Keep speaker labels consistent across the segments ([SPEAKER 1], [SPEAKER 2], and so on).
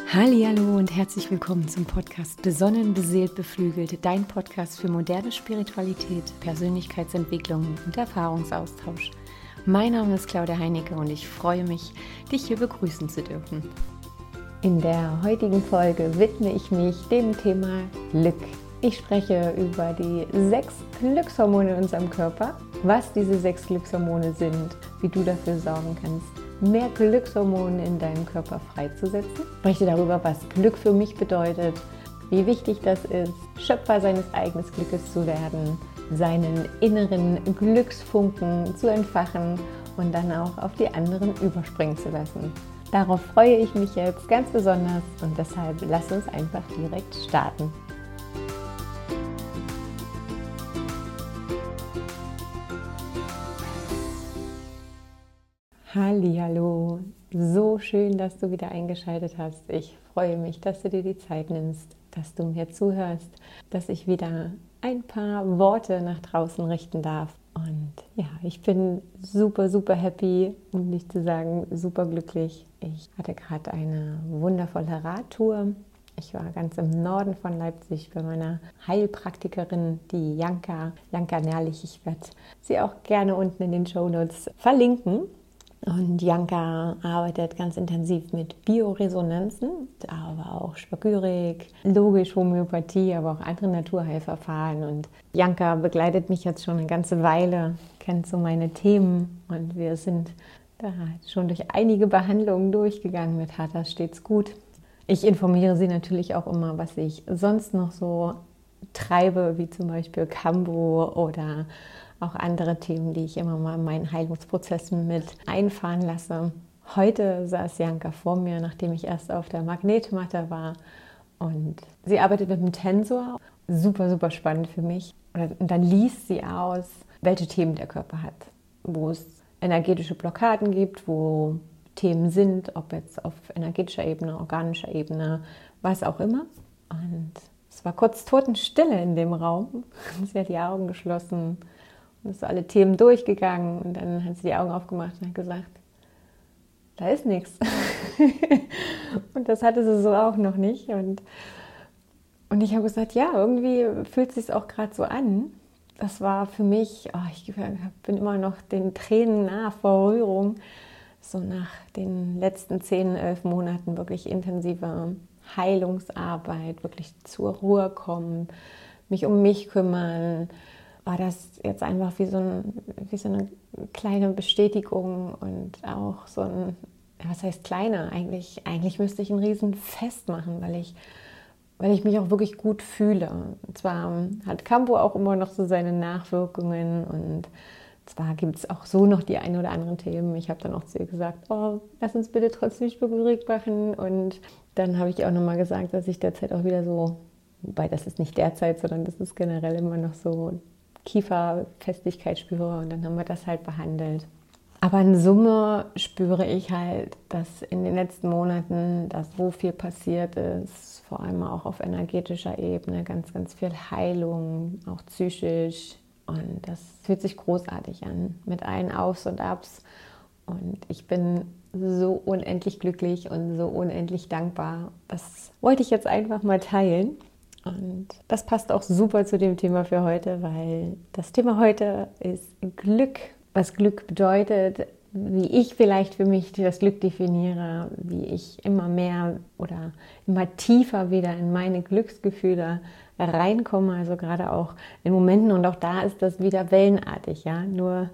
[SPEAKER 1] Hallihallo und herzlich willkommen zum Podcast Besonnen, beseelt, beflügelt, dein Podcast für moderne Spiritualität, Persönlichkeitsentwicklung und Erfahrungsaustausch. Mein Name ist Claudia Heinecke und ich freue mich, dich hier begrüßen zu dürfen. In der heutigen Folge widme ich mich dem Thema Glück. Ich spreche über die 6 Glückshormone in unserem Körper, was diese 6 Glückshormone sind, wie du dafür sorgen kannst, mehr Glückshormone in deinem Körper freizusetzen. Ich spreche darüber, was Glück für mich bedeutet, wie wichtig das ist, Schöpfer seines eigenen Glückes zu werden, seinen inneren Glücksfunken zu entfachen und dann auch auf die anderen überspringen zu lassen. Darauf freue ich mich jetzt ganz besonders und deshalb lass uns einfach direkt starten. Hallihallo, so schön, dass du wieder eingeschaltet hast. Ich freue mich, dass du dir die Zeit nimmst, dass du mir zuhörst, dass ich wieder ein paar Worte nach draußen richten darf. Und ja, ich bin super happy, um nicht zu sagen super glücklich. Ich hatte gerade eine wundervolle Radtour. Ich war ganz im Norden von Leipzig bei meiner Heilpraktikerin, die Janka Nährlich. Ich werde sie auch gerne unten in den Shownotes verlinken. Und Janka arbeitet ganz intensiv mit Bioresonanzen, aber auch Spagyrik, logisch Homöopathie, aber auch andere Naturheilverfahren. Und Janka begleitet mich jetzt schon eine ganze Weile, kennt so meine Themen und wir sind da schon durch einige Behandlungen durchgegangen. Mit Hatha steht's gut. Ich informiere sie natürlich auch immer, was ich sonst noch so treibe, wie zum Beispiel Kambo oder auch andere Themen, die ich immer mal in meinen Heilungsprozessen mit einfahren lasse. Heute saß Janka vor mir, nachdem ich erst auf der Magnetmatte war. Und sie arbeitet mit dem Tensor. Super spannend für mich. Und dann liest sie aus, welche Themen der Körper hat. Wo es energetische Blockaden gibt, wo Themen sind, ob jetzt auf energetischer Ebene, organischer Ebene, was auch immer. Und es war kurz Totenstille in dem Raum. Sie hat die Augen geschlossen und ist so alle Themen durchgegangen und dann hat sie die Augen aufgemacht und hat gesagt, da ist nichts. Und das hatte sie so auch noch nicht. Und ich habe gesagt, ja, irgendwie fühlt es sich auch gerade so an. Das war für mich, ich bin immer noch den Tränen nah vor Rührung, so nach den letzten 10, 11 Monaten wirklich intensive Heilungsarbeit, wirklich zur Ruhe kommen, mich um mich kümmern, war das jetzt einfach wie so eine kleine Bestätigung und auch so ein, was heißt kleine? Eigentlich müsste ich ein Riesenfest machen, weil ich mich auch wirklich gut fühle. Und zwar hat Kambo auch immer noch so seine Nachwirkungen und zwar gibt es auch so noch die ein oder anderen Themen. Ich habe dann auch zu ihr gesagt, lass uns bitte trotzdem Spagyrik machen. Und dann habe ich auch nochmal gesagt, dass ich derzeit auch wieder so, wobei das ist nicht derzeit, sondern das ist generell immer noch so Kieferfestigkeit spüre und dann haben wir das halt behandelt. Aber in Summe spüre ich halt, dass in den letzten Monaten da so viel passiert ist, vor allem auch auf energetischer Ebene, ganz viel Heilung, auch psychisch und das fühlt sich großartig an, mit allen Aufs und Abs und ich bin so unendlich glücklich und so unendlich dankbar. Das wollte ich jetzt einfach mal teilen. Und das passt auch super zu dem Thema für heute, weil das Thema heute ist Glück. Was Glück bedeutet, wie ich vielleicht für mich das Glück definiere, wie ich immer mehr oder immer tiefer wieder in meine Glücksgefühle reinkomme, also gerade auch in Momenten und auch da ist das wieder wellenartig, ja, nur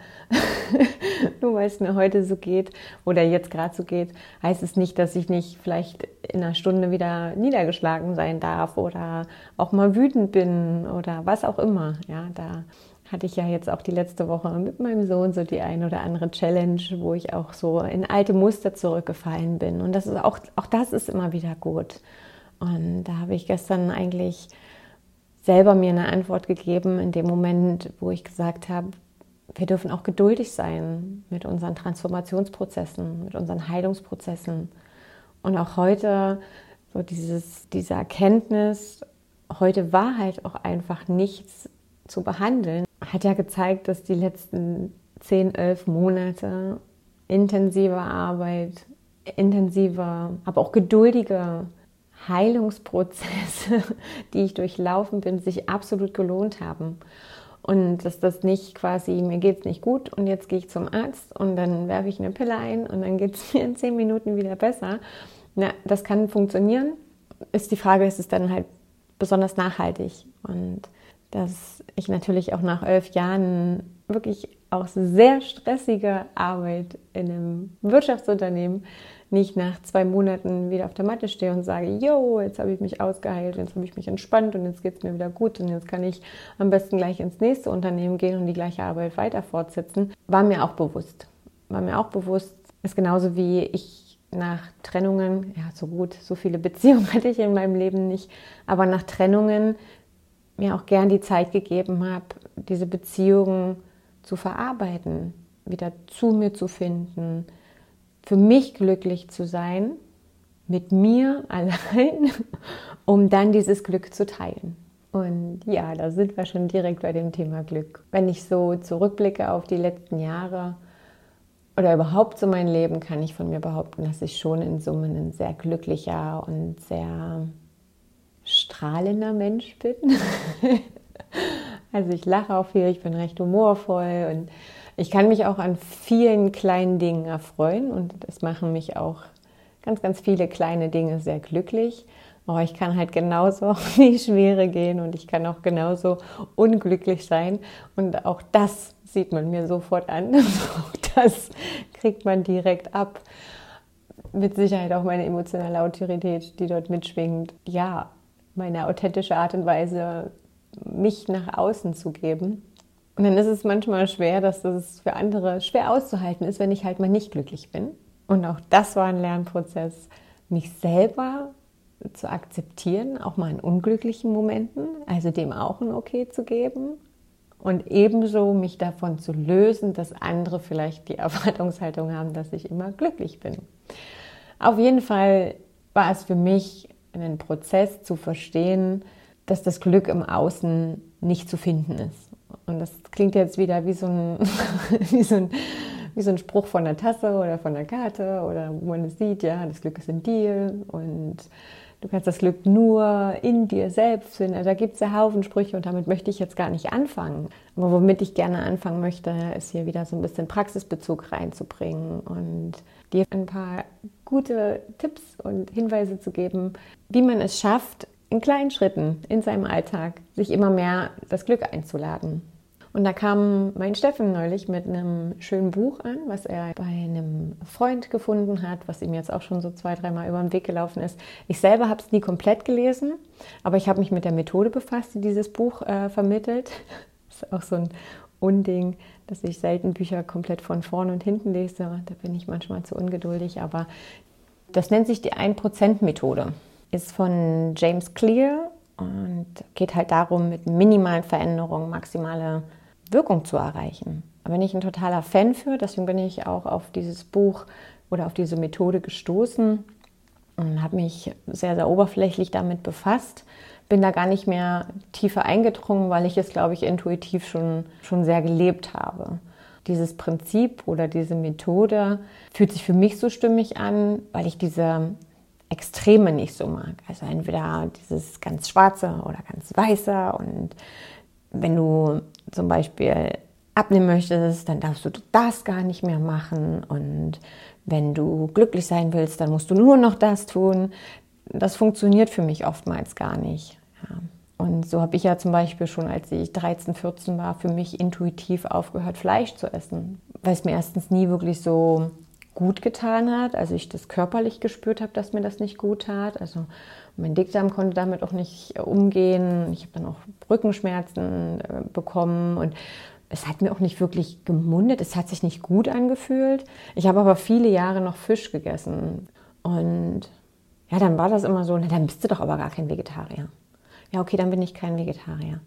[SPEAKER 1] weil es mir heute so geht oder jetzt gerade so geht, heißt es nicht, dass ich nicht vielleicht in einer Stunde wieder niedergeschlagen sein darf oder auch mal wütend bin oder was auch immer, ja, da hatte ich ja jetzt auch die letzte Woche mit meinem Sohn so die ein oder andere Challenge, wo ich auch so in alte Muster zurückgefallen bin und das ist auch das ist immer wieder gut und da habe ich gestern eigentlich selber mir eine Antwort gegeben in dem Moment, wo ich gesagt habe, wir dürfen auch geduldig sein mit unseren Transformationsprozessen, mit unseren Heilungsprozessen. Und auch heute, so diese Erkenntnis, heute war halt auch einfach nichts zu behandeln, hat ja gezeigt, dass die letzten 10, 11 Monate intensive Arbeit, intensive, aber auch geduldige Heilungsprozesse, die ich durchlaufen bin, sich absolut gelohnt haben. Und dass das nicht quasi, mir geht es nicht gut und jetzt gehe ich zum Arzt und dann werfe ich eine Pille ein und dann geht es mir in 10 Minuten wieder besser. Na, das kann funktionieren. Ist die Frage, ist es dann halt besonders nachhaltig? Und dass ich natürlich auch nach 11 Jahren wirklich auch sehr stressige Arbeit in einem Wirtschaftsunternehmen nicht nach 2 Monaten wieder auf der Matte stehe und sage, jo, jetzt habe ich mich ausgeheilt, jetzt habe ich mich entspannt und jetzt geht es mir wieder gut und jetzt kann ich am besten gleich ins nächste Unternehmen gehen und die gleiche Arbeit weiter fortsetzen, war mir auch bewusst. Ist genauso wie ich nach Trennungen, ja so viele Beziehungen hatte ich in meinem Leben nicht, aber nach Trennungen mir auch gern die Zeit gegeben habe, diese Beziehungen zu verarbeiten, wieder zu mir zu finden, für mich glücklich zu sein, mit mir allein, um dann dieses Glück zu teilen. Und ja, da sind wir schon direkt bei dem Thema Glück. Wenn ich so zurückblicke auf die letzten Jahre oder überhaupt so mein Leben, kann ich von mir behaupten, dass ich schon in Summe ein sehr glücklicher und sehr strahlender Mensch bin. Also ich lache auch viel, ich bin recht humorvoll und ich kann mich auch an vielen kleinen Dingen erfreuen und es machen mich auch ganz, ganz viele kleine Dinge sehr glücklich. Aber ich kann halt genauso auf die Schwere gehen und ich kann auch genauso unglücklich sein und auch das sieht man mir sofort an. Auch das kriegt man direkt ab. Mit Sicherheit auch meine emotionale Autorität, die dort mitschwingt. Ja, meine authentische Art und Weise, mich nach außen zu geben. Und dann ist es manchmal schwer, dass das für andere schwer auszuhalten ist, wenn ich halt mal nicht glücklich bin. Und auch das war ein Lernprozess, mich selber zu akzeptieren, auch mal in unglücklichen Momenten, also dem auch ein Okay zu geben. Und ebenso mich davon zu lösen, dass andere vielleicht die Erwartungshaltung haben, dass ich immer glücklich bin. Auf jeden Fall war es für mich ein Prozess zu verstehen, dass das Glück im Außen nicht zu finden ist. Und das klingt jetzt wieder wie so ein Spruch von der Tasse oder von der Karte oder wo man es sieht, ja, das Glück ist in dir und du kannst das Glück nur in dir selbst finden. Da gibt es ja Haufen Sprüche und damit möchte ich jetzt gar nicht anfangen. Aber womit ich gerne anfangen möchte, ist hier wieder so ein bisschen Praxisbezug reinzubringen und dir ein paar gute Tipps und Hinweise zu geben, wie man es schafft, in kleinen Schritten in seinem Alltag sich immer mehr das Glück einzuladen. Und da kam mein Steffen neulich mit einem schönen Buch an, was er bei einem Freund gefunden hat, was ihm jetzt auch schon so 2-3 Mal über den Weg gelaufen ist. Ich selber habe es nie komplett gelesen, aber ich habe mich mit der Methode befasst, die dieses Buch vermittelt. Das ist auch so ein Unding, dass ich selten Bücher komplett von vorn und hinten lese. Da bin ich manchmal zu ungeduldig, aber das nennt sich die 1%-Methode. Ist von James Clear und geht halt darum, mit minimalen Veränderungen maximale Wirkung zu erreichen. Da bin ich ein totaler Fan für, deswegen bin ich auch auf dieses Buch oder auf diese Methode gestoßen und habe mich sehr, sehr oberflächlich damit befasst. Bin da gar nicht mehr tiefer eingedrungen, weil ich es, glaube ich, intuitiv schon sehr gelebt habe. Dieses Prinzip oder diese Methode fühlt sich für mich so stimmig an, weil ich diese Extreme nicht so mag. Also entweder dieses ganz Schwarze oder ganz Weiße und wenn du zum Beispiel abnehmen möchtest, dann darfst du das gar nicht mehr machen und wenn du glücklich sein willst, dann musst du nur noch das tun. Das funktioniert für mich oftmals gar nicht. Ja. Und so habe ich ja zum Beispiel schon, als ich 13, 14 war, für mich intuitiv aufgehört, Fleisch zu essen, weil es mir erstens nie wirklich so gut getan hat, also ich das körperlich gespürt habe, dass mir das nicht gut tat. Also mein Dickdarm konnte damit auch nicht umgehen. Ich habe dann auch Rückenschmerzen bekommen und es hat mir auch nicht wirklich gemundet. Es hat sich nicht gut angefühlt. Ich habe aber viele Jahre noch Fisch gegessen und ja, dann war das immer so, na, dann bist du doch aber gar kein Vegetarier. Ja, okay, dann bin ich kein Vegetarier.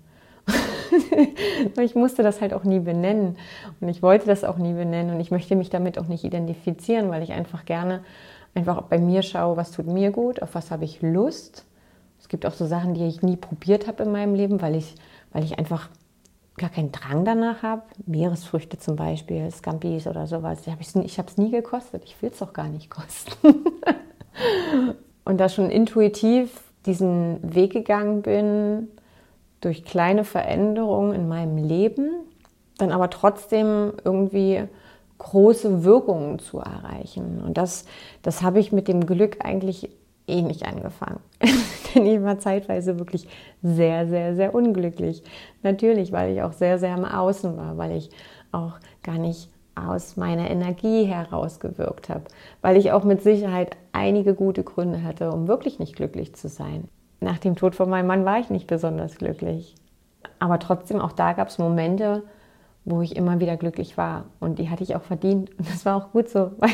[SPEAKER 1] Ich musste das halt auch nie benennen und ich wollte das auch nie benennen und ich möchte mich damit auch nicht identifizieren, weil ich einfach gerne bei mir schaue, was tut mir gut, auf was habe ich Lust. Es gibt auch so Sachen, die ich nie probiert habe in meinem Leben, weil ich einfach gar keinen Drang danach habe. Meeresfrüchte zum Beispiel, Scampis oder sowas. Ich habe es nie gekostet. Ich will es doch gar nicht kosten. und da schon intuitiv diesen Weg gegangen bin, durch kleine Veränderungen in meinem Leben, dann aber trotzdem irgendwie große Wirkungen zu erreichen. Und das habe ich mit dem Glück eigentlich nicht angefangen. Denn ich war zeitweise wirklich sehr, sehr, sehr unglücklich. Natürlich, weil ich auch sehr, sehr im Außen war, weil ich auch gar nicht aus meiner Energie herausgewirkt habe, weil ich auch mit Sicherheit einige gute Gründe hatte, um wirklich nicht glücklich zu sein. Nach dem Tod von meinem Mann war ich nicht besonders glücklich. Aber trotzdem, auch da gab es Momente, wo ich immer wieder glücklich war. Und die hatte ich auch verdient. Und das war auch gut so, weil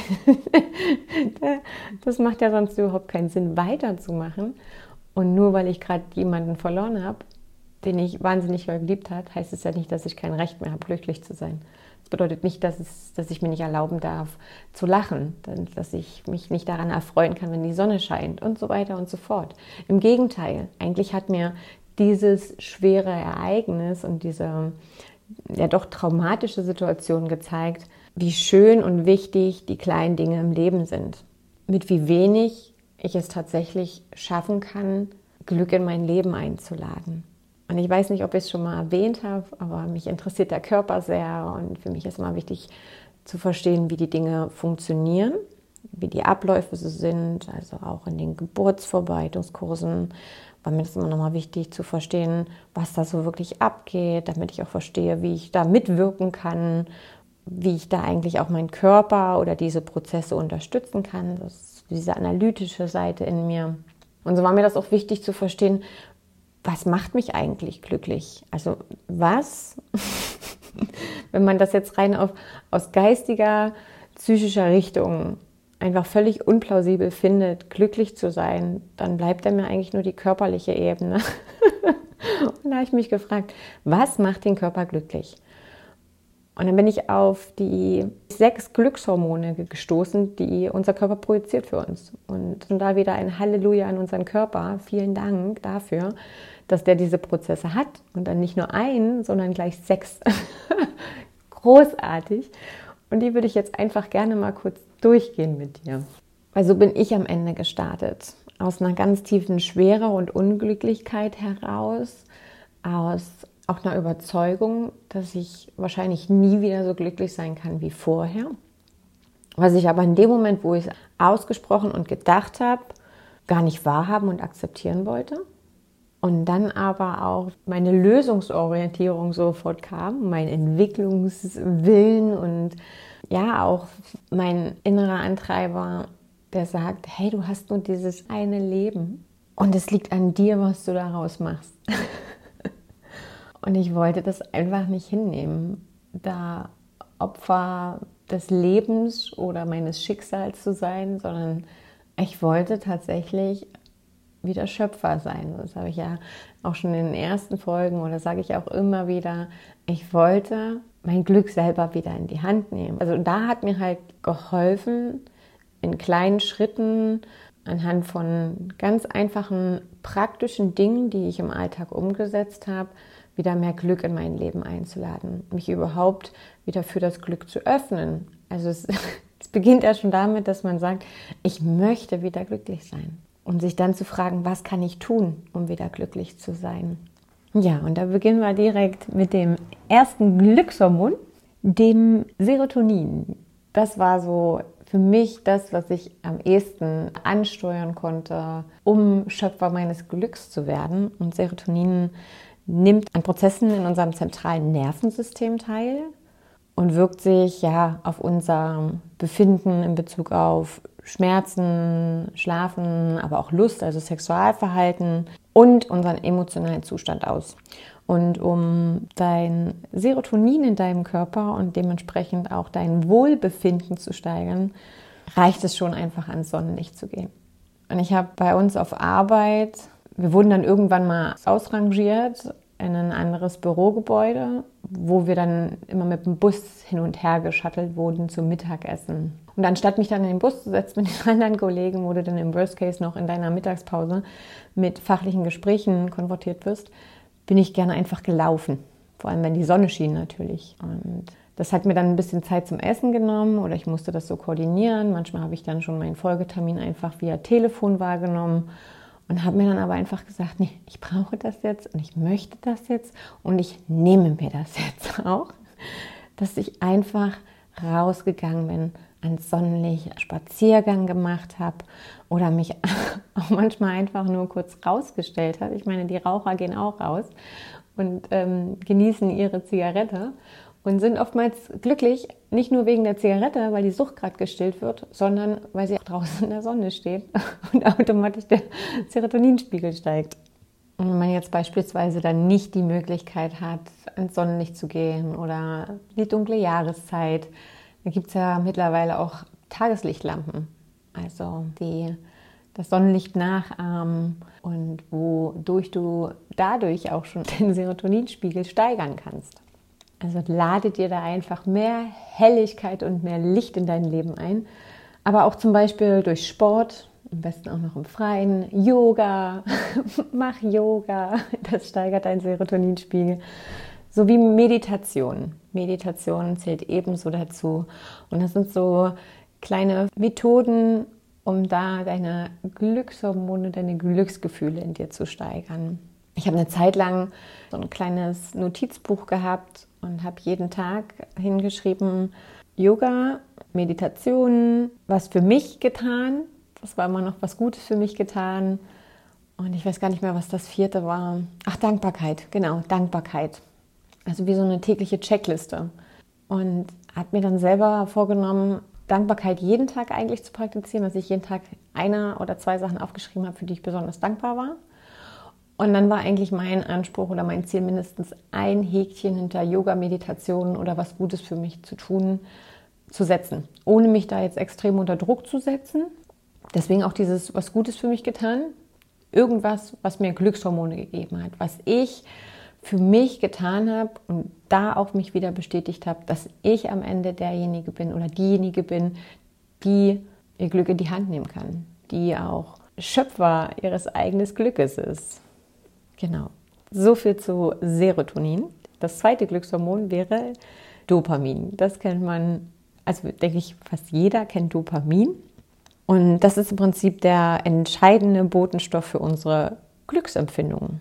[SPEAKER 1] das macht ja sonst überhaupt keinen Sinn, weiterzumachen. Und nur weil ich gerade jemanden verloren habe, den ich wahnsinnig geliebt habe, heißt es ja nicht, dass ich kein Recht mehr habe, glücklich zu sein. Das bedeutet nicht, dass ich mir nicht erlauben darf, zu lachen, dass ich mich nicht daran erfreuen kann, wenn die Sonne scheint und so weiter und so fort. Im Gegenteil, eigentlich hat mir dieses schwere Ereignis und diese ja doch traumatische Situation gezeigt, wie schön und wichtig die kleinen Dinge im Leben sind. Mit wie wenig ich es tatsächlich schaffen kann, Glück in mein Leben einzuladen. Und ich weiß nicht, ob ich es schon mal erwähnt habe, aber mich interessiert der Körper sehr und für mich ist immer wichtig zu verstehen, wie die Dinge funktionieren, wie die Abläufe so sind, also auch in den Geburtsvorbereitungskursen. War mir das immer nochmal wichtig zu verstehen, was da so wirklich abgeht, damit ich auch verstehe, wie ich da mitwirken kann, wie ich da eigentlich auch meinen Körper oder diese Prozesse unterstützen kann. Das ist diese analytische Seite in mir. Und so war mir das auch wichtig zu verstehen, was macht mich eigentlich glücklich? Also was, wenn man das jetzt rein aus geistiger, psychischer Richtung einfach völlig unplausibel findet, glücklich zu sein, dann bleibt mir eigentlich nur die körperliche Ebene. Und da habe ich mich gefragt, was macht den Körper glücklich? Und dann bin ich auf die 6 Glückshormone gestoßen, die unser Körper produziert für uns. Und da wieder ein Halleluja an unseren Körper. Vielen Dank dafür, dass der diese Prozesse hat. Und dann nicht nur einen, sondern gleich 6. Großartig. Und die würde ich jetzt einfach gerne mal kurz durchgehen mit dir. Weil so bin ich am Ende gestartet. Aus einer ganz tiefen Schwere und Unglücklichkeit heraus, aus auch einer Überzeugung, dass ich wahrscheinlich nie wieder so glücklich sein kann wie vorher. Was ich aber in dem Moment, wo ich es ausgesprochen und gedacht habe, gar nicht wahrhaben und akzeptieren wollte. Und dann aber auch meine Lösungsorientierung sofort kam, mein Entwicklungswillen und ja auch mein innerer Antreiber, der sagt, hey, du hast nur dieses eine Leben und es liegt an dir, was du daraus machst. Und ich wollte das einfach nicht hinnehmen, da Opfer des Lebens oder meines Schicksals zu sein, sondern ich wollte tatsächlich wieder Schöpfer sein. Das habe ich ja auch schon in den ersten Folgen oder sage ich auch immer wieder. Ich wollte mein Glück selber wieder in die Hand nehmen. Also da hat mir halt geholfen, in kleinen Schritten anhand von ganz einfachen praktischen Dingen, die ich im Alltag umgesetzt habe, wieder mehr Glück in mein Leben einzuladen, mich überhaupt wieder für das Glück zu öffnen. Also es beginnt ja schon damit, dass man sagt, ich möchte wieder glücklich sein. Und sich dann zu fragen, was kann ich tun, um wieder glücklich zu sein? Ja, und da beginnen wir direkt mit dem ersten Glückshormon, dem Serotonin. Das war so für mich das, was ich am ehesten ansteuern konnte, um Schöpfer meines Glücks zu werden. Und Serotonin nimmt an Prozessen in unserem zentralen Nervensystem teil und wirkt sich ja auf unser Befinden in Bezug auf Schmerzen, Schlafen, aber auch Lust, also Sexualverhalten und unseren emotionalen Zustand aus. Und um dein Serotonin in deinem Körper und dementsprechend auch dein Wohlbefinden zu steigern, reicht es schon einfach ans Sonnenlicht zu gehen. Und ich habe bei uns auf Arbeit, wir wurden dann irgendwann mal ausrangiert in ein anderes Bürogebäude, wo wir dann immer mit dem Bus hin und her geschattelt wurden zum Mittagessen. Und anstatt mich dann in den Bus zu setzen mit den anderen Kollegen, wo du dann im Worst Case noch in deiner Mittagspause mit fachlichen Gesprächen konfrontiert wirst, bin ich gerne einfach gelaufen. Vor allem, wenn die Sonne schien natürlich. Und Das hat mir dann ein bisschen Zeit zum Essen genommen oder ich musste das so koordinieren. Manchmal habe ich dann schon meinen Folgetermin einfach via Telefon wahrgenommen und habe mir dann aber einfach gesagt, nee, ich brauche das jetzt und ich möchte das jetzt und ich nehme mir das jetzt auch, dass ich einfach rausgegangen bin, einen Sonnenlicht Spaziergang gemacht habe oder mich auch manchmal einfach nur kurz rausgestellt habe. Ich meine, die Raucher gehen auch raus und genießen ihre Zigarette und sind oftmals glücklich, nicht nur wegen der Zigarette, weil die Sucht gerade gestillt wird, sondern weil sie auch draußen in der Sonne steht und automatisch der Serotoninspiegel steigt. Und wenn man jetzt beispielsweise dann nicht die Möglichkeit hat, ans Sonnenlicht zu gehen oder die dunkle Jahreszeit, da gibt es ja mittlerweile auch Tageslichtlampen, also die das Sonnenlicht nachahmen und wodurch du dadurch auch schon den Serotoninspiegel steigern kannst. Also lade dir da einfach mehr Helligkeit und mehr Licht in dein Leben ein, aber auch zum Beispiel durch Sport, am besten auch noch im Freien, Yoga, mach Yoga, das steigert deinen Serotoninspiegel, sowie Meditation. Meditation zählt ebenso dazu und das sind so kleine Methoden, um da deine Glückshormone, deine Glücksgefühle in dir zu steigern. Ich habe eine Zeit lang so ein kleines Notizbuch gehabt und habe jeden Tag hingeschrieben, Yoga, Meditation, was für mich getan. Das war immer noch was Gutes für mich getan. Und ich weiß gar nicht mehr, was das 4. war. Ach, Dankbarkeit, genau, Dankbarkeit. Also wie so eine tägliche Checkliste. Und habe mir dann selber vorgenommen, Dankbarkeit jeden Tag eigentlich zu praktizieren, dass ich jeden Tag 1 oder 2 Sachen aufgeschrieben habe, für die ich besonders dankbar war. Und dann war eigentlich mein Anspruch oder mein Ziel, mindestens ein Häkchen hinter Yoga, Meditation oder was Gutes für mich zu tun, zu setzen. Ohne mich da jetzt extrem unter Druck zu setzen. Deswegen auch dieses was Gutes für mich getan. Irgendwas, was mir Glückshormone gegeben hat, was ich für mich getan habe und da auch mich wieder bestätigt habe, dass ich am Ende derjenige bin oder diejenige bin, die ihr Glück in die Hand nehmen kann, die auch Schöpfer ihres eigenen Glückes ist. Genau, so viel zu Serotonin. Das 2. Glückshormon wäre Dopamin. Das kennt man, also denke ich, fast jeder kennt Dopamin. Und das ist im Prinzip der entscheidende Botenstoff für unsere Glücksempfindungen.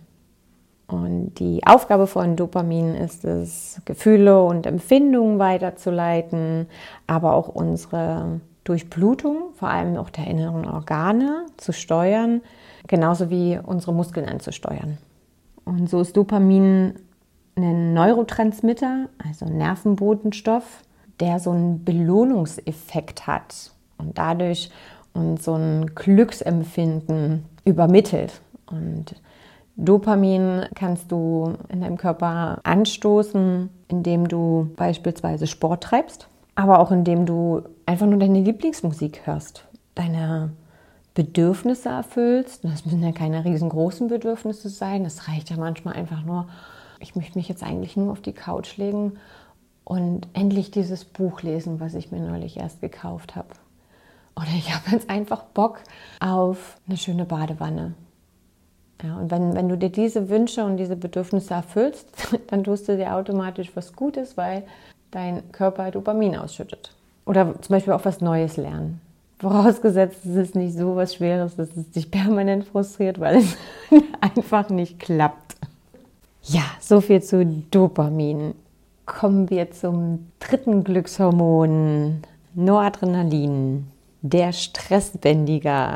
[SPEAKER 1] Und die Aufgabe von Dopamin ist es, Gefühle und Empfindungen weiterzuleiten, aber auch unsere Durchblutung, vor allem auch der inneren Organe, zu steuern, genauso wie unsere Muskeln anzusteuern. Und so ist Dopamin ein Neurotransmitter, also ein Nervenbotenstoff, der so einen Belohnungseffekt hat und dadurch uns so ein Glücksempfinden übermittelt. Und Dopamin kannst du in deinem Körper anstoßen, indem du beispielsweise Sport treibst, aber auch indem du einfach nur deine Lieblingsmusik hörst, deine Bedürfnisse erfüllst. Das müssen ja keine riesengroßen Bedürfnisse sein, das reicht ja manchmal einfach nur, ich möchte mich jetzt eigentlich nur auf die Couch legen und endlich dieses Buch lesen, was ich mir neulich erst gekauft habe. Oder ich habe jetzt einfach Bock auf eine schöne Badewanne. Ja, und wenn du dir diese Wünsche und diese Bedürfnisse erfüllst, dann tust du dir automatisch was Gutes, weil dein Körper Dopamin ausschüttet. Oder zum Beispiel auch was Neues lernen. Vorausgesetzt, es ist nicht so was Schweres, dass es dich permanent frustriert, weil es einfach nicht klappt. Ja, so viel zu Dopamin. Kommen wir zum 3. Glückshormon, Noradrenalin, der Stressbändiger.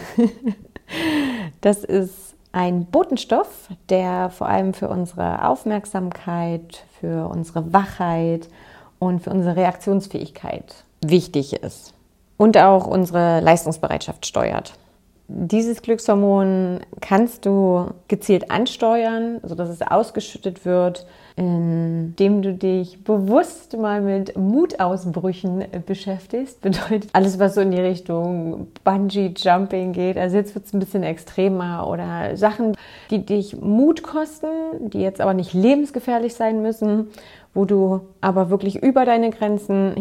[SPEAKER 1] Das ist ein Botenstoff, der vor allem für unsere Aufmerksamkeit, für unsere Wachheit und für unsere Reaktionsfähigkeit wichtig ist und auch unsere Leistungsbereitschaft steuert. Dieses Glückshormon kannst du gezielt ansteuern, sodass es ausgeschüttet wird, indem du dich bewusst mal mit Mutausbrüchen beschäftigst. Bedeutet alles, was so in die Richtung Bungee-Jumping geht. Also jetzt wird es ein bisschen extremer oder Sachen, die dich Mut kosten, die jetzt aber nicht lebensgefährlich sein müssen, wo du aber wirklich über deine Grenzen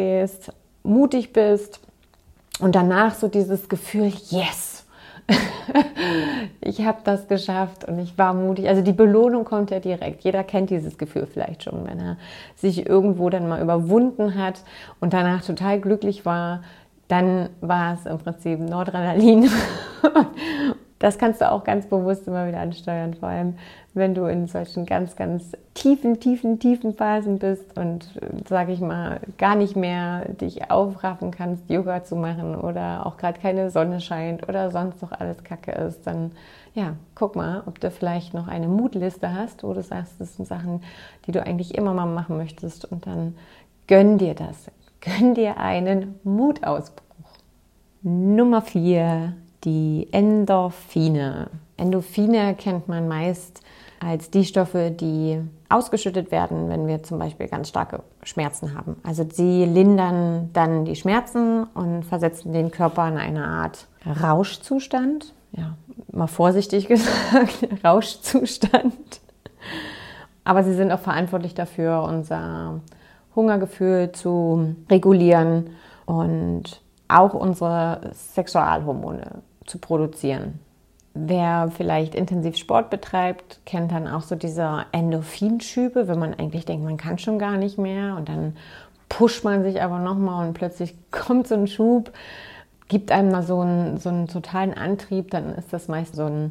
[SPEAKER 1] hinausgehst, mutig bist und danach so dieses Gefühl, yes, ich habe das geschafft und ich war mutig. Also die Belohnung kommt ja direkt. Jeder kennt dieses Gefühl vielleicht schon, wenn er sich irgendwo dann mal überwunden hat und danach total glücklich war, dann war es im Prinzip Noradrenalin. Das kannst du auch ganz bewusst immer wieder ansteuern, vor allem wenn du in solchen ganz, ganz tiefen Phasen bist und, sage ich mal, gar nicht mehr dich aufraffen kannst, Yoga zu machen oder auch gerade keine Sonne scheint oder sonst noch alles Kacke ist, dann ja, guck mal, ob du vielleicht noch eine Mutliste hast, wo du sagst, das sind Sachen, die du eigentlich immer mal machen möchtest und dann gönn dir das. Gönn dir einen Mutausbruch. Nummer 4, die Endorphine. Endorphine kennt man meist als die Stoffe, die ausgeschüttet werden, wenn wir zum Beispiel ganz starke Schmerzen haben. Also sie lindern dann die Schmerzen und versetzen den Körper in eine Art Rauschzustand. Ja, mal vorsichtig gesagt, Rauschzustand. Aber sie sind auch verantwortlich dafür, unser Hungergefühl zu regulieren und auch unsere Sexualhormone zu produzieren. Wer vielleicht intensiv Sport betreibt, kennt dann auch so diese Endorphinschübe, wenn man eigentlich denkt, man kann schon gar nicht mehr und dann pusht man sich aber nochmal und plötzlich kommt so ein Schub, gibt einem mal so einen totalen Antrieb, dann ist das meist so ein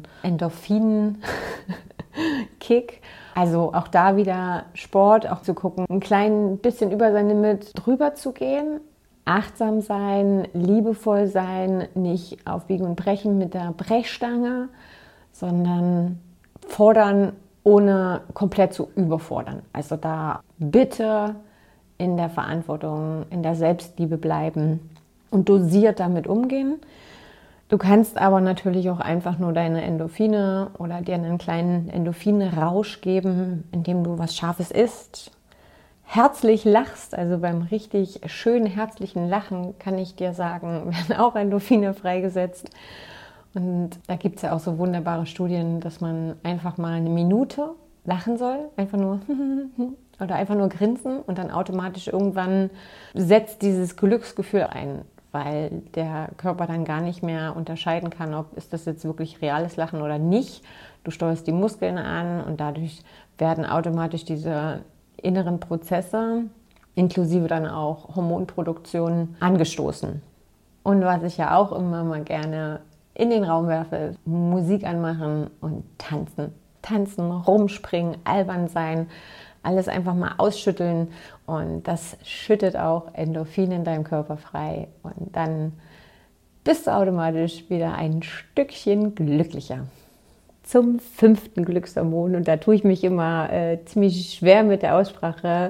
[SPEAKER 1] Endorphin-Kick. Also auch da wieder Sport, auch zu gucken, ein klein bisschen über sein Limit drüber zu gehen. Achtsam sein, liebevoll sein, nicht auf Biegen und Brechen mit der Brechstange, sondern fordern, ohne komplett zu überfordern. Also da bitte in der Verantwortung, in der Selbstliebe bleiben und dosiert damit umgehen. Du kannst aber natürlich auch einfach nur deine Endorphine oder dir einen kleinen Endorphinrausch geben, indem du was Scharfes isst, herzlich lachst, also beim richtig schönen, herzlichen Lachen, kann ich dir sagen, werden auch Endorphine freigesetzt. Und da gibt es ja auch so wunderbare Studien, dass man einfach mal eine Minute lachen soll, einfach nur oder einfach nur grinsen und dann automatisch irgendwann setzt dieses Glücksgefühl ein, weil der Körper dann gar nicht mehr unterscheiden kann, ob ist das jetzt wirklich reales Lachen oder nicht. Du steuerst die Muskeln an und dadurch werden automatisch diese inneren Prozesse, inklusive dann auch Hormonproduktion, angestoßen. Und was ich ja auch immer mal gerne in den Raum werfe, Musik anmachen und tanzen. Tanzen, rumspringen, albern sein, alles einfach mal ausschütteln und das schüttet auch Endorphine in deinem Körper frei und dann bist du automatisch wieder ein Stückchen glücklicher. Zum 5. Glückshormon, und da tue ich mich immer ziemlich schwer mit der Aussprache,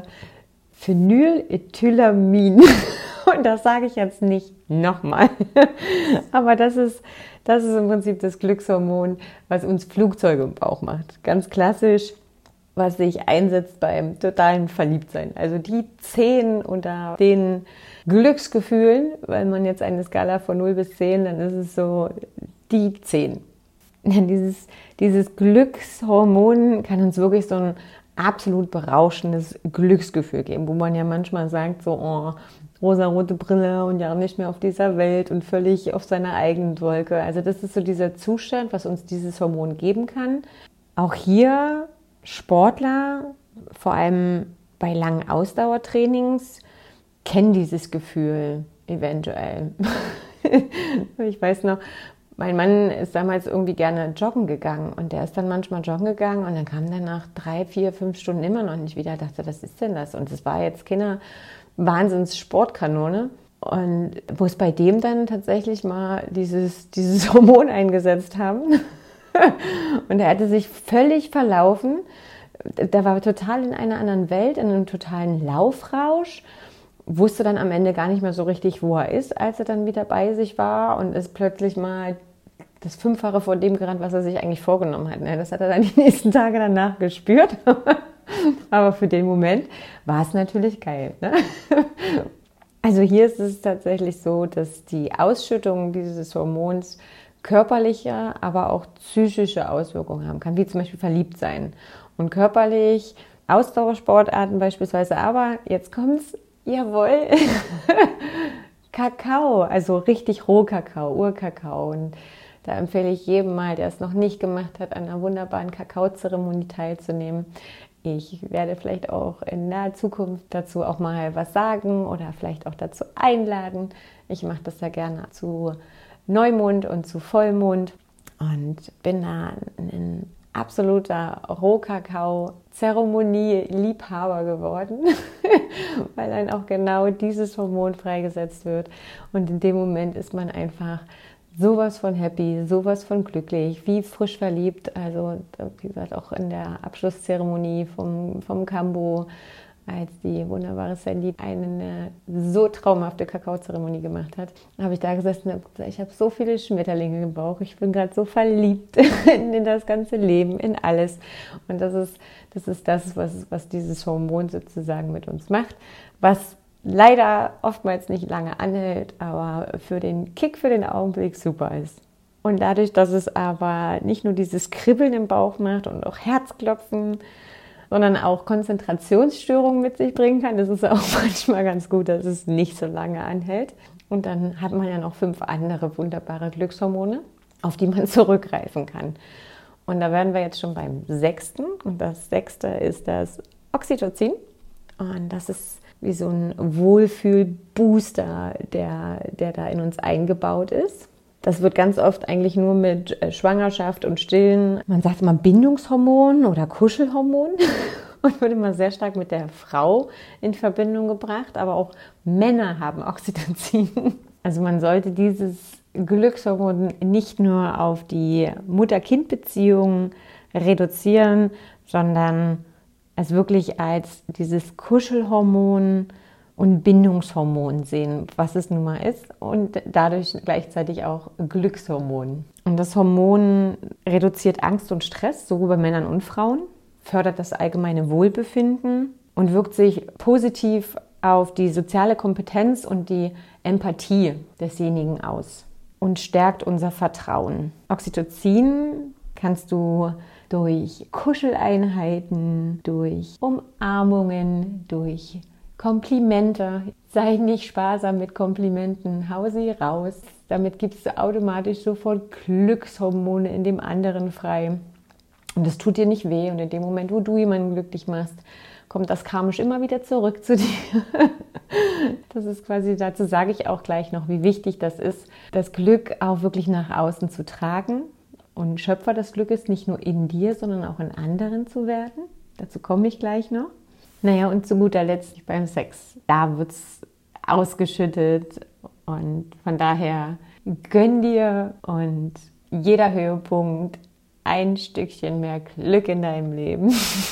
[SPEAKER 1] Phenylethylamin. Und das sage ich jetzt nicht nochmal. Aber das ist im Prinzip das Glückshormon, was uns Flugzeuge im Bauch macht. Ganz klassisch, was sich einsetzt beim totalen Verliebtsein. Also die 10 unter den Glücksgefühlen, weil man jetzt eine Skala von 0 bis 10, dann ist es so die 10. Dieses Glückshormon kann uns wirklich so ein absolut berauschendes Glücksgefühl geben, wo man ja manchmal sagt, so oh, rosarote Brille und ja nicht mehr auf dieser Welt und völlig auf seiner eigenen Wolke. Also das ist so dieser Zustand, was uns dieses Hormon geben kann. Auch hier Sportler, vor allem bei langen Ausdauertrainings, kennen dieses Gefühl eventuell. Ich weiß noch, mein Mann ist damals irgendwie gerne joggen gegangen und der ist dann manchmal joggen gegangen und dann kam der nach 3, 4, 5 Stunden immer noch nicht wieder. Ich dachte, was ist denn das? Und es war jetzt keine Wahnsinns-Sportkanone. Und wo es bei dem dann tatsächlich mal dieses Hormon eingesetzt haben. Und er hatte sich völlig verlaufen. Der war total in einer anderen Welt, in einem totalen Laufrausch. Wusste dann am Ende gar nicht mehr so richtig, wo er ist, als er dann wieder bei sich war und ist plötzlich mal das 5-fache von dem gerannt, was er sich eigentlich vorgenommen hat. Das hat er dann die nächsten Tage danach gespürt. Aber für den Moment war es natürlich geil. Ne? Also hier ist es tatsächlich so, dass die Ausschüttung dieses Hormons körperliche, aber auch psychische Auswirkungen haben kann, wie zum Beispiel verliebt sein. Und körperlich Ausdauersportarten beispielsweise, aber jetzt kommt's, jawohl, Kakao, also richtig Rohkakao, Urkakao. Und Da empfehle ich jedem mal, der es noch nicht gemacht hat, an einer wunderbaren Kakaozeremonie teilzunehmen. Ich werde vielleicht auch in naher Zukunft dazu auch mal was sagen oder vielleicht auch dazu einladen. Ich mache das ja gerne zu Neumond und zu Vollmond und bin da ein absoluter Rohkakao-Zeremonie-Liebhaber geworden, weil dann auch genau dieses Hormon freigesetzt wird. Und in dem Moment ist man einfach sowas von happy, sowas von glücklich, wie frisch verliebt. Also wie gesagt, auch in der Abschlusszeremonie vom Kambo, als die wunderbare Sandy eine so traumhafte Kakaozeremonie gemacht hat, habe ich da gesessen und gesagt, ich habe so viele Schmetterlinge im Bauch, ich bin gerade so verliebt in das ganze Leben, in alles. Und das ist das, was dieses Hormon sozusagen mit uns macht, was leider oftmals nicht lange anhält, aber für den Kick, für den Augenblick super ist. Und dadurch, dass es aber nicht nur dieses Kribbeln im Bauch macht und auch Herzklopfen, sondern auch Konzentrationsstörungen mit sich bringen kann, ist es auch manchmal ganz gut, dass es nicht so lange anhält. Und dann hat man ja noch 5 andere wunderbare Glückshormone, auf die man zurückgreifen kann. Und da wären wir jetzt schon beim 6. Und das 6. ist das Oxytocin. Und das ist wie so ein Wohlfühlbooster, der da in uns eingebaut ist. Das wird ganz oft eigentlich nur mit Schwangerschaft und Stillen, man sagt immer Bindungshormon oder Kuschelhormon und wird immer sehr stark mit der Frau in Verbindung gebracht, aber auch Männer haben Oxytocin. Also man sollte dieses Glückshormon nicht nur auf die Mutter-Kind-Beziehung reduzieren, sondern es wirklich als dieses Kuschelhormon und Bindungshormon sehen, was es nun mal ist, und dadurch gleichzeitig auch Glückshormon. Und das Hormon reduziert Angst und Stress, sowohl bei Männern und Frauen, fördert das allgemeine Wohlbefinden und wirkt sich positiv auf die soziale Kompetenz und die Empathie desjenigen aus und stärkt unser Vertrauen. Oxytocin kannst du durch Kuscheleinheiten, durch Umarmungen, durch Komplimente. Sei nicht sparsam mit Komplimenten, hau sie raus. Damit gibst du automatisch sofort Glückshormone in dem anderen frei. Und das tut dir nicht weh. Und in dem Moment, wo du jemanden glücklich machst, kommt das karmisch immer wieder zurück zu dir. Das ist quasi, dazu sage ich auch gleich noch, wie wichtig das ist, das Glück auch wirklich nach außen zu tragen. Und Schöpfer des Glückes nicht nur in dir, sondern auch in anderen zu werden. Dazu komme ich gleich noch. Naja, und zu guter Letzt beim Sex. Da wird es ausgeschüttet und von daher gönn dir und jeder Höhepunkt ein Stückchen mehr Glück in deinem Leben.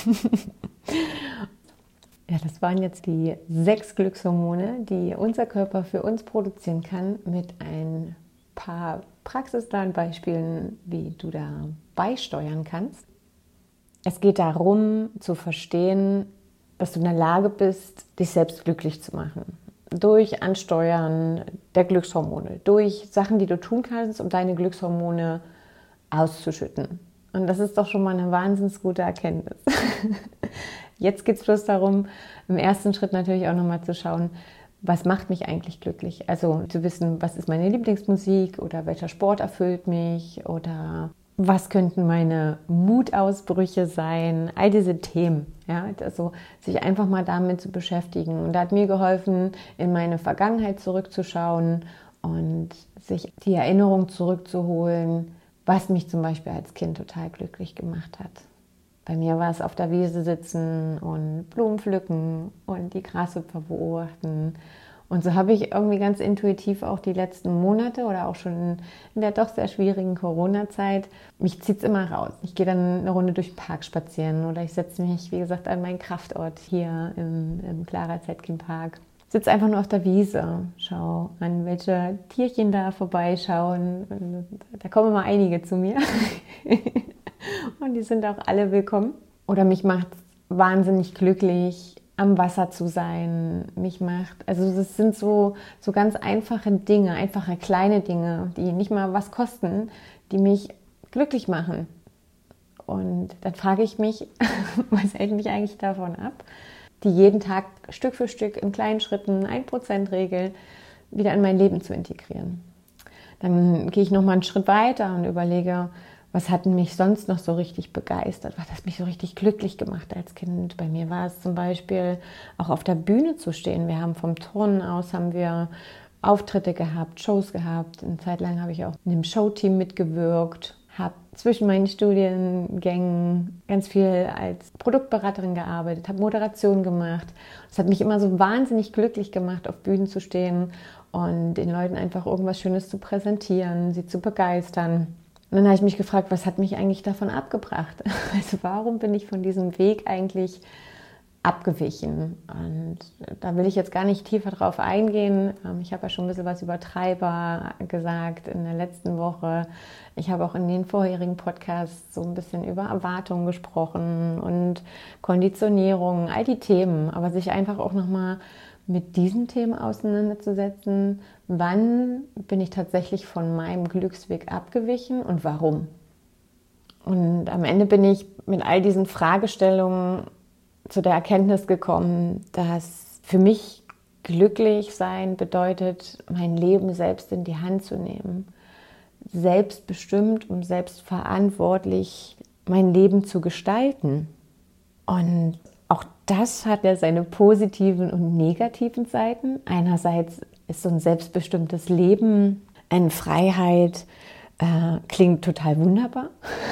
[SPEAKER 1] Ja, das waren jetzt die 6 Glückshormone, die unser Körper für uns produzieren kann, mit ein paar praxisnahen Beispielen, wie du da beisteuern kannst. Es geht darum, zu verstehen, dass du in der Lage bist, dich selbst glücklich zu machen. Durch Ansteuern der Glückshormone, durch Sachen, die du tun kannst, um deine Glückshormone auszuschütten. Und das ist doch schon mal eine wahnsinnig gute Erkenntnis. Jetzt geht es bloß darum, im ersten Schritt natürlich auch nochmal zu schauen, was macht mich eigentlich glücklich? Also zu wissen, was ist meine Lieblingsmusik oder welcher Sport erfüllt mich oder was könnten meine Mutausbrüche sein? All diese Themen, ja, also sich einfach mal damit zu beschäftigen. Und da hat mir geholfen, in meine Vergangenheit zurückzuschauen und sich die Erinnerung zurückzuholen, was mich zum Beispiel als Kind total glücklich gemacht hat. Bei mir war es auf der Wiese sitzen und Blumen pflücken und die Grashüpfer beobachten. Und so habe ich irgendwie ganz intuitiv auch die letzten Monate oder auch schon in der doch sehr schwierigen Corona-Zeit, mich zieht es immer raus. Ich gehe dann eine Runde durch den Park spazieren oder ich setze mich, wie gesagt, an meinen Kraftort hier im Clara Zetkin Park. Sitze einfach nur auf der Wiese, schau an, welche Tierchen da vorbeischauen. Da kommen immer einige zu mir. Und die sind auch alle willkommen. Oder mich macht es wahnsinnig glücklich, am Wasser zu sein. Also das sind so ganz einfache Dinge, einfache kleine Dinge, die nicht mal was kosten, die mich glücklich machen. Und dann frage ich mich, was hält mich eigentlich davon ab, die jeden Tag Stück für Stück in kleinen Schritten, 1%-Regel, wieder in mein Leben zu integrieren. dann gehe ich nochmal einen Schritt weiter und überlege, was hat mich sonst noch so richtig begeistert? Was hat mich so richtig glücklich gemacht als Kind? Bei mir war es zum Beispiel auch auf der Bühne zu stehen. Wir haben vom Turnen aus haben wir Auftritte gehabt, Shows gehabt. Eine Zeit lang habe ich auch in einem Showteam mitgewirkt, habe zwischen meinen Studiengängen ganz viel als Produktberaterin gearbeitet, habe Moderation gemacht. Es hat mich immer so wahnsinnig glücklich gemacht, auf Bühnen zu stehen und den Leuten einfach irgendwas Schönes zu präsentieren, sie zu begeistern. Und dann habe ich mich gefragt, was hat mich eigentlich davon abgebracht? Also warum bin ich von diesem Weg eigentlich abgewichen? Und da will ich jetzt gar nicht tiefer drauf eingehen. Ich habe ja schon ein bisschen was über Treiber gesagt in der letzten Woche. Ich habe auch in den vorherigen Podcasts so ein bisschen über Erwartungen gesprochen und Konditionierung, all die Themen. Aber sich einfach auch nochmal mit diesen Themen auseinanderzusetzen, wann bin ich tatsächlich von meinem Glücksweg abgewichen und warum? Und am Ende bin ich mit all diesen Fragestellungen zu der Erkenntnis gekommen, dass für mich glücklich sein bedeutet, mein Leben selbst in die Hand zu nehmen, selbstbestimmt und selbstverantwortlich mein Leben zu gestalten. Und auch das hat ja seine positiven und negativen Seiten. Einerseits ist so ein selbstbestimmtes Leben, eine Freiheit, klingt total wunderbar,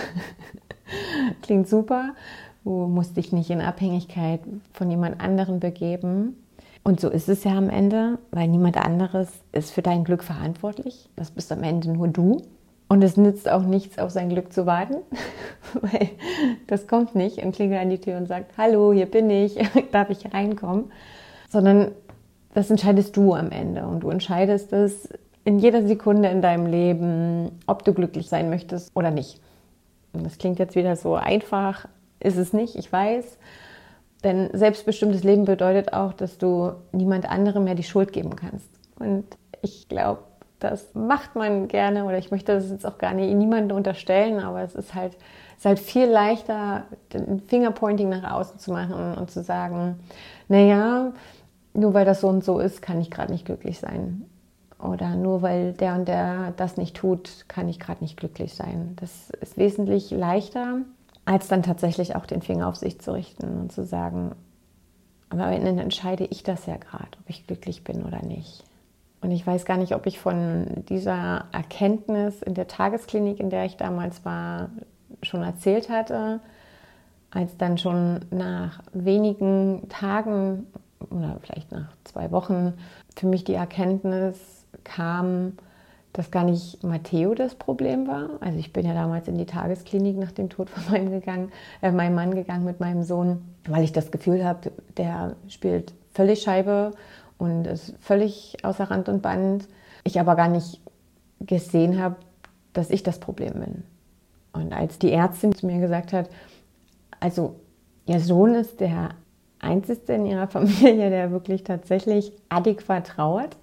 [SPEAKER 1] klingt super. Du musst dich nicht in Abhängigkeit von jemand anderem begeben. Und so ist es ja am Ende, weil niemand anderes ist für dein Glück verantwortlich. Das bist am Ende nur du. Und es nützt auch nichts, auf sein Glück zu warten, weil das kommt nicht und klingelt an die Tür und sagt, hallo, hier bin ich, darf ich reinkommen? Sondern das entscheidest du am Ende und du entscheidest es in jeder Sekunde in deinem Leben, ob du glücklich sein möchtest oder nicht. Und das klingt jetzt wieder so einfach, ist es nicht, ich weiß. Denn selbstbestimmtes Leben bedeutet auch, dass du niemand anderem mehr die Schuld geben kannst. Und ich glaube, das macht man gerne, oder ich möchte das jetzt auch gar nicht niemandem unterstellen, aber es ist halt viel leichter, den Fingerpointing nach außen zu machen und zu sagen, naja, nur weil das so und so ist, kann ich gerade nicht glücklich sein. Oder nur weil der und der das nicht tut, kann ich gerade nicht glücklich sein. Das ist wesentlich leichter, als dann tatsächlich auch den Finger auf sich zu richten und zu sagen, aber am Ende entscheide ich das ja gerade, ob ich glücklich bin oder nicht. Und ich weiß gar nicht, ob ich von dieser Erkenntnis in der Tagesklinik, in der ich damals war, schon erzählt hatte, als dann schon nach wenigen Tagen oder vielleicht nach 2 Wochen für mich die Erkenntnis kam, dass gar nicht Matteo das Problem war. Also ich bin ja damals in die Tagesklinik nach dem Tod von meinem Mann gegangen mit meinem Sohn, weil ich das Gefühl habe, der spielt völlig Scheibe und ist völlig außer Rand und Band. Ich aber gar nicht gesehen habe, dass ich das Problem bin. Und als die Ärztin zu mir gesagt hat, also ihr Sohn ist der Einzige in ihrer Familie, der wirklich tatsächlich adäquat trauert,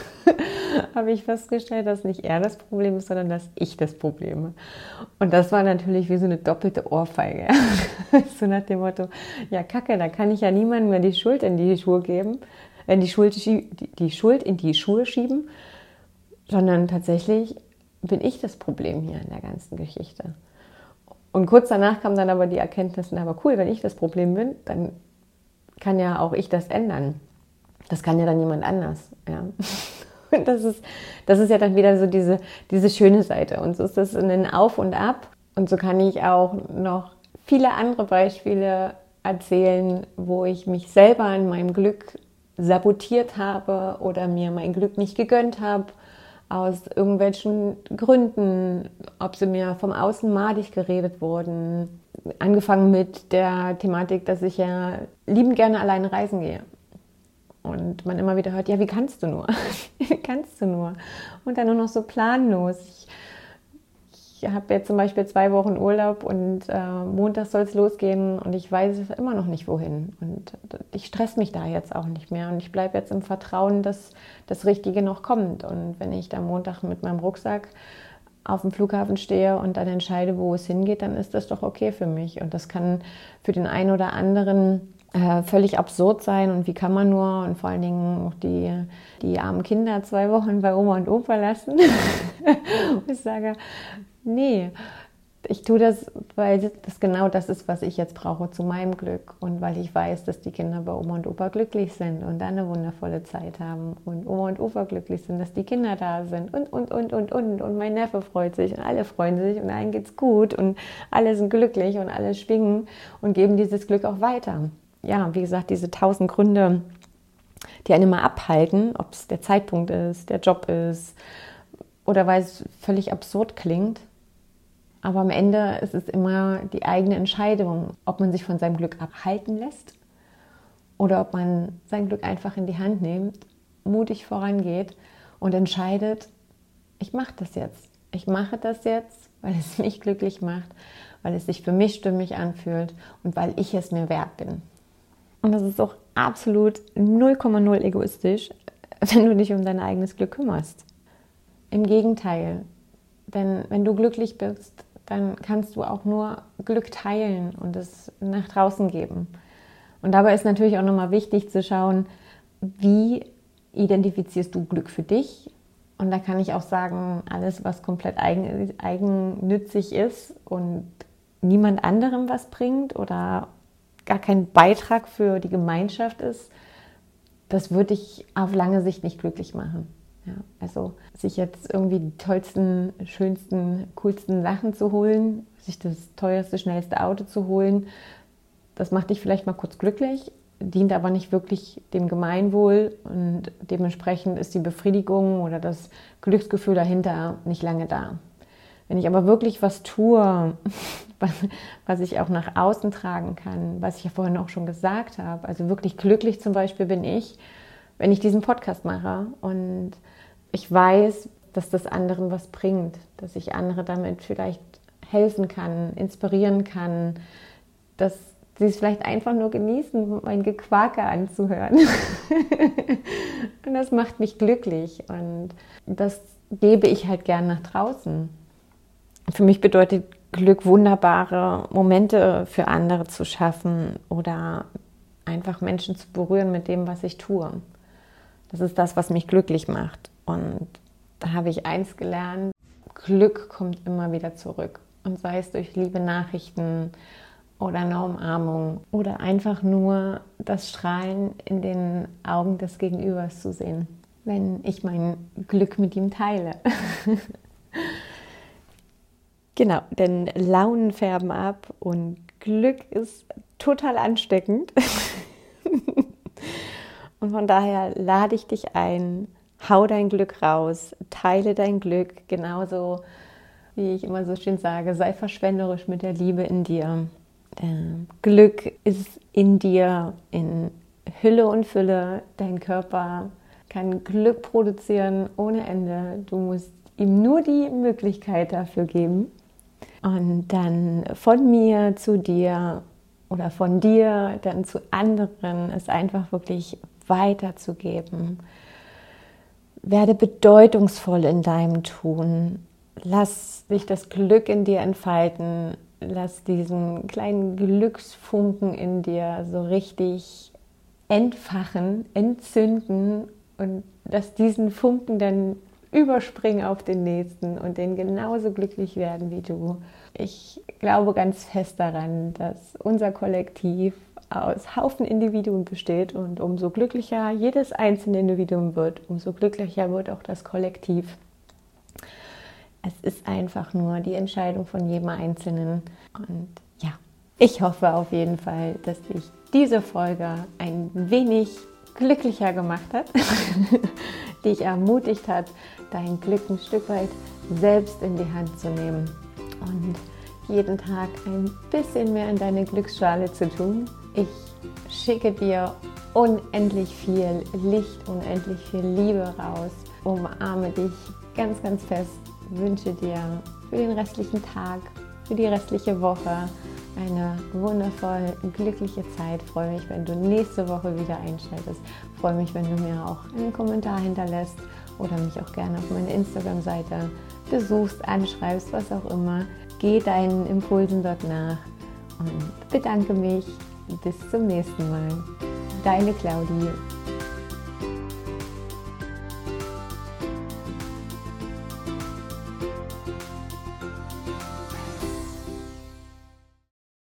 [SPEAKER 1] habe ich festgestellt, dass nicht er das Problem ist, sondern dass ich das Problem bin. Und das war natürlich wie so eine doppelte Ohrfeige. So nach dem Motto, ja Kacke, da kann ich ja niemandem mehr die Schuld in die Schuhe geben, die Schuld in die Schuhe schieben, sondern tatsächlich bin ich das Problem hier in der ganzen Geschichte. Und kurz danach kam dann aber die Erkenntnis, aber cool, wenn ich das Problem bin, dann kann ja auch ich das ändern. Das kann ja dann jemand anders. Ja. Und das ist ja dann wieder so diese schöne Seite. Und so ist das ein Auf und Ab. Und so kann ich auch noch viele andere Beispiele erzählen, wo ich mich selber in meinem Glück sabotiert habe oder mir mein Glück nicht gegönnt habe, aus irgendwelchen Gründen, ob sie mir vom Außen madig geredet wurden. Angefangen mit der Thematik, dass ich ja liebend gerne alleine reisen gehe. Und man immer wieder hört, ja, wie kannst du nur? Wie kannst du nur? Und dann nur noch so planlos. Ich habe jetzt zum Beispiel 2 Wochen Urlaub und Montag soll es losgehen und ich weiß immer noch nicht, wohin. Und ich stress mich da jetzt auch nicht mehr und ich bleibe jetzt im Vertrauen, dass das Richtige noch kommt. Und wenn ich da Montag mit meinem Rucksack auf dem Flughafen stehe und dann entscheide, wo es hingeht, dann ist das doch okay für mich. Und das kann für den einen oder anderen völlig absurd sein und wie kann man nur und vor allen Dingen auch die armen Kinder 2 Wochen bei Oma und Opa lassen. Und ich sage, nee, ich tue das, weil das genau das ist, was ich jetzt brauche zu meinem Glück und weil ich weiß, dass die Kinder bei Oma und Opa glücklich sind und eine wundervolle Zeit haben und Oma und Opa glücklich sind, dass die Kinder da sind und mein Neffe freut sich und alle freuen sich und allen geht's gut und alle sind glücklich und alle schwingen und geben dieses Glück auch weiter. Ja, wie gesagt, diese 1000 Gründe, die einen immer abhalten, ob es der Zeitpunkt ist, der Job ist oder weil es völlig absurd klingt. Aber am Ende ist es immer die eigene Entscheidung, ob man sich von seinem Glück abhalten lässt oder ob man sein Glück einfach in die Hand nimmt, mutig vorangeht und entscheidet, ich mache das jetzt. Ich mache das jetzt, weil es mich glücklich macht, weil es sich für mich stimmig anfühlt und weil ich es mir wert bin. Und das ist auch absolut 0,0 egoistisch, wenn du dich um dein eigenes Glück kümmerst. Im Gegenteil, denn wenn du glücklich bist, dann kannst du auch nur Glück teilen und es nach draußen geben. Und dabei ist natürlich auch nochmal wichtig zu schauen, wie identifizierst du Glück für dich? Und da kann ich auch sagen, alles, was komplett eigennützig ist und niemand anderem was bringt oder gar kein Beitrag für die Gemeinschaft ist, das würde ich auf lange Sicht nicht glücklich machen. Ja, also sich jetzt irgendwie die tollsten, schönsten, coolsten Sachen zu holen, sich das teuerste, schnellste Auto zu holen, das macht dich vielleicht mal kurz glücklich, dient aber nicht wirklich dem Gemeinwohl und dementsprechend ist die Befriedigung oder das Glücksgefühl dahinter nicht lange da. Wenn ich aber wirklich was tue, was ich auch nach außen tragen kann, was ich ja vorhin auch schon gesagt habe, also wirklich glücklich zum Beispiel bin ich, wenn ich diesen Podcast mache und ich weiß, dass das anderen was bringt, dass ich andere damit vielleicht helfen kann, inspirieren kann, dass sie es vielleicht einfach nur genießen, mein Gequake anzuhören. Und das macht mich glücklich und das gebe ich halt gern nach draußen. Für mich bedeutet Glück, wunderbare Momente für andere zu schaffen oder einfach Menschen zu berühren mit dem, was ich tue. Das ist das, was mich glücklich macht. Und da habe ich eins gelernt, Glück kommt immer wieder zurück. Und sei es durch liebe Nachrichten oder eine Umarmung oder einfach nur das Strahlen in den Augen des Gegenübers zu sehen, wenn ich mein Glück mit ihm teile. Genau, denn Launen färben ab und Glück ist total ansteckend. Und von daher lade ich dich ein, hau dein Glück raus, teile dein Glück, genauso wie ich immer so schön sage, sei verschwenderisch mit der Liebe in dir. Glück ist in dir, in Hülle und Fülle. Dein Körper kann Glück produzieren ohne Ende. Du musst ihm nur die Möglichkeit dafür geben. Und dann von mir zu dir oder von dir dann zu anderen, es einfach wirklich weiterzugeben. Werde bedeutungsvoll in deinem Tun. Lass dich das Glück in dir entfalten. Lass diesen kleinen Glücksfunken in dir so richtig entfachen, entzünden und lass diesen Funken dann überspringen auf den nächsten und den genauso glücklich werden wie du. Ich glaube ganz fest daran, dass unser Kollektiv aus Haufen Individuen besteht und umso glücklicher jedes einzelne Individuum wird, umso glücklicher wird auch das Kollektiv. Es ist einfach nur die Entscheidung von jedem Einzelnen. Und ja, ich hoffe auf jeden Fall, dass dich diese Folge ein wenig glücklicher gemacht hat, dich ermutigt hat, dein Glück ein Stück weit selbst in die Hand zu nehmen und jeden Tag ein bisschen mehr in deine Glücksschale zu tun. Ich schicke dir unendlich viel Licht, unendlich viel Liebe raus, umarme dich ganz, ganz fest, wünsche dir für den restlichen Tag, für die restliche Woche eine wundervoll glückliche Zeit. Freue mich, wenn du nächste Woche wieder einschaltest. Freue mich, wenn du mir auch einen Kommentar hinterlässt oder mich auch gerne auf meine Instagram-Seite besuchst, anschreibst, was auch immer. Geh deinen Impulsen dort nach und bedanke mich. bis zum nächsten Mal. Deine Claudi.